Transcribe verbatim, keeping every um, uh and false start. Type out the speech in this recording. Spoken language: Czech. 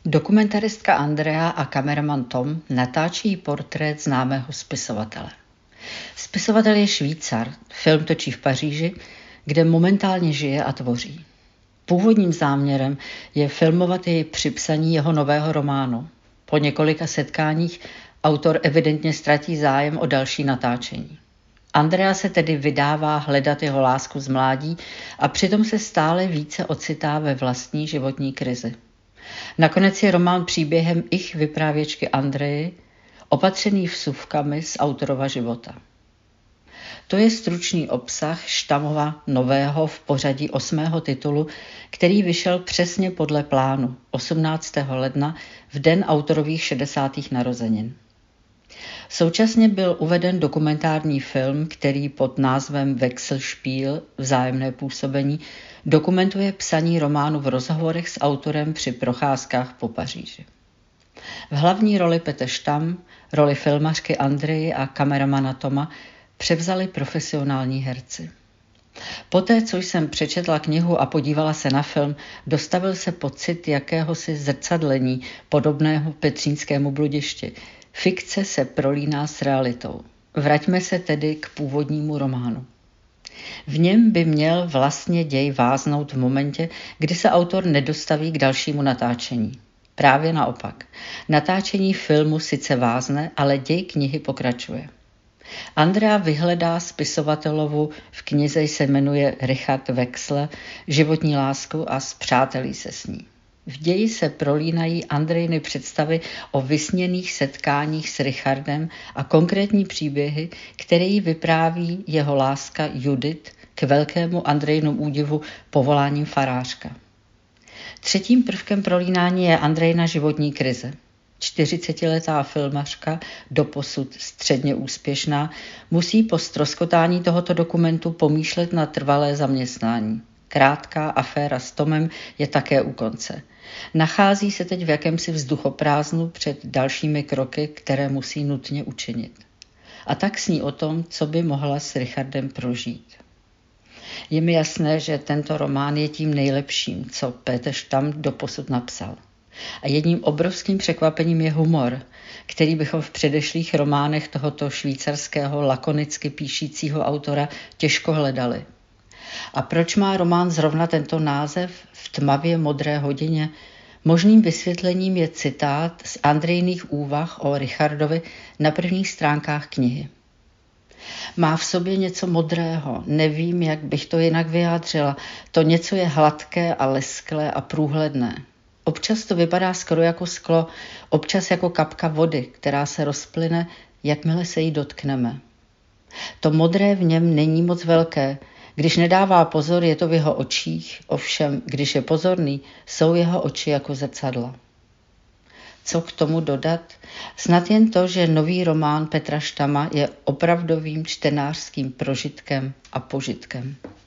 Dokumentaristka Andrea a kameraman Tom natáčí portrét známého spisovatele. Spisovatel je Švýcar, film točí v Paříži, kde momentálně žije a tvoří. Původním záměrem je filmovat jej při psaní jeho nového románu. Po několika setkáních autor evidentně ztratí zájem o další natáčení. Andrea se tedy vydává hledat jeho lásku z mládí a přitom se stále více ocitá ve vlastní životní krizi. Nakonec je román příběhem ich vyprávěčky Andreji, opatřený vsuvkami z autorova života. To je stručný obsah Štamova nového v pořadí osmého titulu, který vyšel přesně podle plánu osmnáctého ledna v den autorových šedesátých narozenin. Současně byl uveden dokumentární film, který pod názvem Wechselspiel, vzájemné působení, dokumentuje psaní románu v rozhovorech s autorem při procházkách po Paříži. V hlavní roli Petr Štam, roli filmařky Andreji a kameramana Toma převzali profesionální herci. Poté, co jsem přečetla knihu a podívala se na film, dostavil se pocit jakéhosi zrcadlení podobného Petřínskému bludišti. Fikce se prolíná s realitou. Vraťme se tedy k původnímu románu. V něm by měl vlastně děj váznout v momentě, kdy se autor nedostaví k dalšímu natáčení. Právě naopak. Natáčení filmu sice vázne, ale děj knihy pokračuje. Andrea vyhledá spisovatelovu, v knize se jmenuje Richard Wechsler, životní lásku a spřátelí se s ní. V ději se prolínají Andrejiny představy o vysněných setkáních s Richardem a konkrétní příběhy, které jí vypráví jeho láska Judith, k velkému Andrejinu údivu povoláním farářka. Třetím prvkem prolínání je Andrejina životní krize. čtyřicetiletá filmařka, doposud středně úspěšná, musí po ztroskotání tohoto dokumentu pomýšlet na trvalé zaměstnání. Krátká aféra s Tomem je také u konce. Nachází se teď v jakémsi vzduchoprázdnu před dalšími kroky, které musí nutně učinit. A tak sní o tom, co by mohla s Richardem prožít. Je mi jasné, že tento román je tím nejlepším, co Petr Štam doposud napsal. A jedním obrovským překvapením je humor, který bychom v předešlých románech tohoto švýcarského lakonicky píšícího autora těžko hledali. A proč má román zrovna tento název V tmavě modré hodině? Možným vysvětlením je citát z Andrejiných úvah o Richardovi na prvních stránkách knihy. Má v sobě něco modrého, nevím, jak bych to jinak vyjádřila. To něco je hladké a lesklé a průhledné. Občas to vypadá skoro jako sklo, občas jako kapka vody, která se rozplyne, jakmile se jí dotkneme. To modré v něm není moc velké. Když nedává pozor, je to v jeho očích, ovšem, když je pozorný, jsou jeho oči jako zrcadla. Co k tomu dodat? Snad jen to, že nový román Petra Štama je opravdovým čtenářským prožitkem a požitkem.